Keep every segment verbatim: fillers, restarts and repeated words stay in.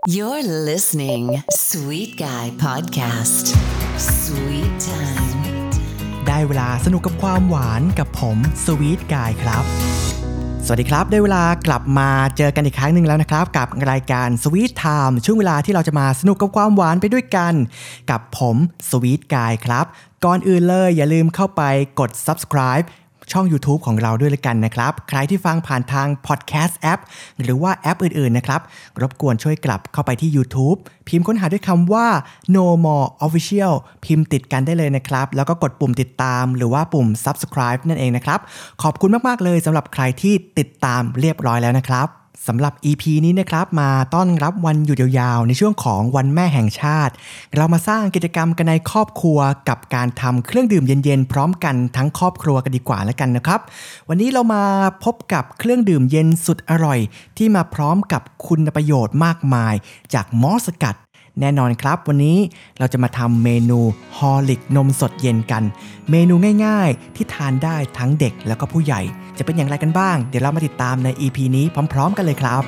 You're listening Sweet Guy Podcast Sweet Time ได้เวลาสนุกกับความหวานกับผมสวีทกายครับสวัสดีครับได้เวลากลับมาเจอกันอีกครั้งหนึ่งแล้วนะครับกับรายการ Sweet Time ช่วงเวลาที่เราจะมาสนุกกับความหวานไปด้วยกันกับผมสวีทกายครับก่อนอื่นเลยอย่าลืมเข้าไปกด Subscribeช่อง YouTube ของเราด้วยละกันนะครับใครที่ฟังผ่านทาง Podcast App หรือว่าแอปอื่นๆนะครับรบกวนช่วยกลับเข้าไปที่ YouTube พิมพ์ค้นหาด้วยคำว่า No More Official พิมพ์ติดกันได้เลยนะครับแล้วก็กดปุ่มติดตามหรือว่าปุ่ม Subscribe นั่นเองนะครับขอบคุณมากๆเลยสำหรับใครที่ติดตามเรียบร้อยแล้วนะครับสำหรับ อี พี นี้นะครับมาต้อนรับวันหยุดยาวๆในช่วงของวันแม่แห่งชาติเรามาสร้างกิจกรรมกันในครอบครัวกับการทำเครื่องดื่มเย็นๆพร้อมกันทั้งครอบครัวกันดีกว่าแล้วกันนะครับวันนี้เรามาพบกับเครื่องดื่มเย็นสุดอร่อยที่มาพร้อมกับคุณประโยชน์มากมายจากมอสสกัดแน่นอนครับวันนี้เราจะมาทำเมนูฮอร์ลิกนมสดเย็นกันเมนูง่ายๆที่ทานได้ทั้งเด็กแล้วก็ผู้ใหญ่จะเป็นอย่างไรกันบ้างเดี๋ยวเรามาติดตามใน อี พี นี้พร้อมๆกันเลยครับ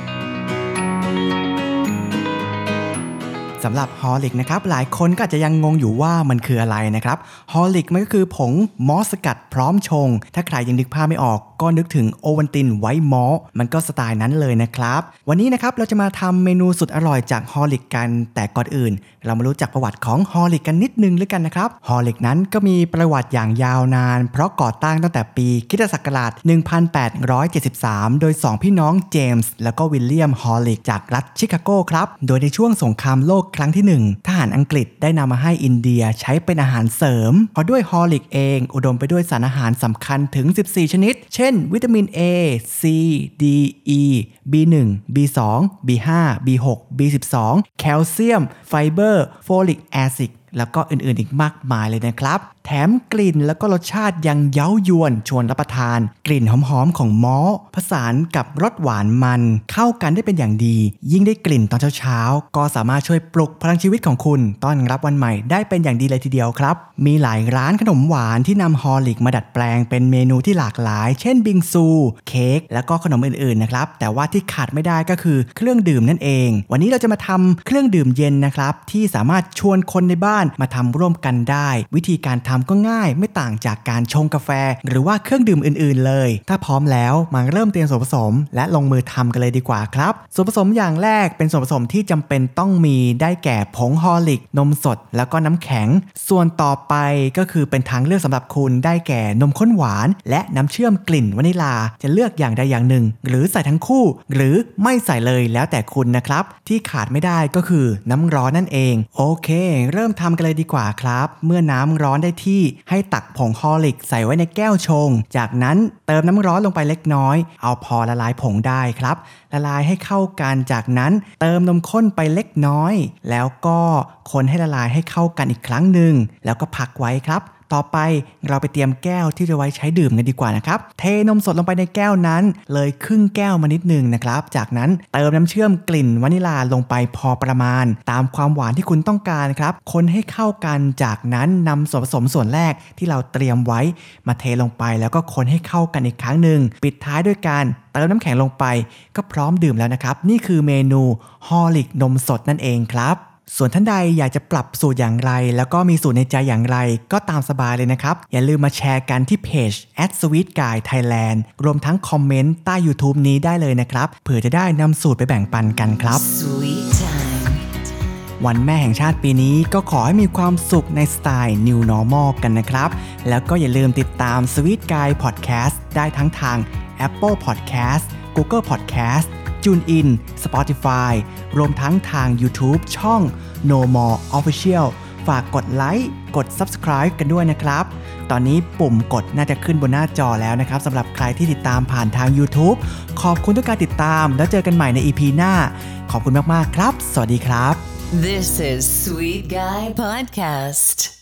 สำหรับฮอร์ลิกนะครับหลายคนก็อาจจะยังงงอยู่ว่ามันคืออะไรนะครับฮอร์ลิกมันก็คือผงมอสสกัดพร้อมชงถ้าใครยังนึกภาพไม่ออกก็นึกถึงโอวัลตินไวท์มอลต์มันก็สไตล์นั้นเลยนะครับวันนี้นะครับเราจะมาทำเมนูสุดอร่อยจากฮอร์ลิกกันแต่ก่อนอื่นเรามารู้จักประวัติของฮอร์ลิกกันนิดนึงด้วยกันนะครับฮอร์ลิกนั้นก็มีประวัติอย่างยาวนานเพราะก่อตั้งตั้งแต่ปีคริสตศักราชหนึ่งพันแปดร้อยเจ็ดสิบสามโดยสองพี่น้องเจมส์แล้วก็วิลเลียมฮอร์ลิกจากรัฐชิคาโกครับโดยในช่วงสงครามโลกครั้งที่หนึ่งทหารอังกฤษได้นำมาให้อินเดียใช้เป็นอาหารเสริมเพราะด้วยฮอร์ลิกเองอุดมไปด้วยสารอาหารสำคัญถึงสิบสี่ชนิดเช่นวิตามิน A C D E บี หนึ่ง บี สอง บี ห้า บี หก บี สิบสอง แคลเซียมไฟเบอร์โฟลิกแอซิดแล้วก็อื่นๆอีกมากมายเลยนะครับแถมกลิ่นแล้วก็รสชาติยังเย้ายวนชวนรับประทานกลิ่นหอมๆของมอลต์ผสานกับรสหวานมันเข้ากันได้เป็นอย่างดียิ่งได้กลิ่นตอนเช้าๆก็สามารถช่วยปลุกพลังชีวิตของคุณต้อนรับวันใหม่ได้เป็นอย่างดีเลยทีเดียวครับมีหลายร้านขนมหวานที่นำฮอร์ลิกมาดัดแปลงเป็นเมนูที่หลากหลายเช่นบิงซูเค้กแล้วก็ขนมอื่นๆนะครับแต่ว่าที่ขาดไม่ได้ก็คือเครื่องดื่มนั่นเองวันนี้เราจะมาทำเครื่องดื่มเย็นนะครับที่สามารถชวนคนในบ้านมาทำร่วมกันได้วิธีการทำก็ง่ายไม่ต่างจากการชงกาแฟหรือว่าเครื่องดื่มอื่นๆเลยถ้าพร้อมแล้วมาเริ่มเตรียมส่วนผสมและลงมือทำกันเลยดีกว่าครับส่วนผสมอย่างแรกเป็นส่วนผสมที่จำเป็นต้องมีได้แก่ผงฮอร์ลิกนมสดแล้วก็น้ำแข็งส่วนต่อไปก็คือเป็นทางเลือกสำหรับคุณได้แก่นมข้นหวานและน้ำเชื่อมกลิ่นวานิลาจะเลือกอย่างใดอย่างหนึ่งหรือใส่ทั้งคู่หรือไม่ใส่เลยแล้วแต่คุณนะครับที่ขาดไม่ได้ก็คือน้ำร้อนนั่นเองโอเคเริ่มทำกันเลยดีกว่าครับเมื่อน้ำร้อนได้ที่ให้ตักผงฮอร์ลิกใส่ไว้ในแก้วชงจากนั้นเติมน้ำร้อนลงไปเล็กน้อยเอาพอละลายผงได้ครับละลายให้เข้ากันจากนั้นเติมนมข้นไปเล็กน้อยแล้วก็คนให้ละลายให้เข้ากันอีกครั้งหนึ่งแล้วก็พักไว้ครับต่อไปเราไปเตรียมแก้วที่จะไว้ใช้ดื่มกันดีกว่านะครับเทนมสดลงไปในแก้วนั้นเลยครึ่งแก้วมานิดนึงนะครับจากนั้นเติมน้ำเชื่อมกลิ่นวานิลาลงไปพอประมาณตามความหวานที่คุณต้องการครับคนให้เข้ากันจากนั้นนำส่วนผสมส่วนแรกที่เราเตรียมไว้มาเทลงไปแล้วก็คนให้เข้ากันอีกครั้งหนึ่งปิดท้ายด้วยการเติมน้ำแข็งลงไปก็พร้อมดื่มแล้วนะครับนี่คือเมนูฮอร์ลิกนมสดนั่นเองครับส่วนท่านใดอยากจะปรับสูตรอย่างไรแล้วก็มีสูตรในใจอย่างไรก็ตามสบายเลยนะครับอย่าลืมมาแชร์กันที่เพจ แอท สวีทกายไทยแลนด์ รวมทั้งคอมเมนต์ใต้ YouTube นี้ได้เลยนะครับเผื่อจะได้นำสูตรไปแบ่งปันกันครับ Sweet Time วันแม่แห่งชาติปีนี้ก็ขอให้มีความสุขในสไตล์ New Normal กันนะครับแล้วก็อย่าลืมติดตาม Sweet Guy Podcast ได้ทั้งทาง Apple Podcast Google Podcast TuneIn Spotify รวมทั้งทาง YouTube ช่อง No More Official ฝากกดไลค์กด Subscribe กันด้วยนะครับตอนนี้ปุ่มกดน่าจะขึ้นบนหน้าจอแล้วนะครับสำหรับใครที่ติดตามผ่านทาง YouTube ขอบคุณทุกการติดตามแล้วเจอกันใหม่ใน อี พี หน้าขอบคุณมากๆครับสวัสดีครับ This is Sweet Guy Podcast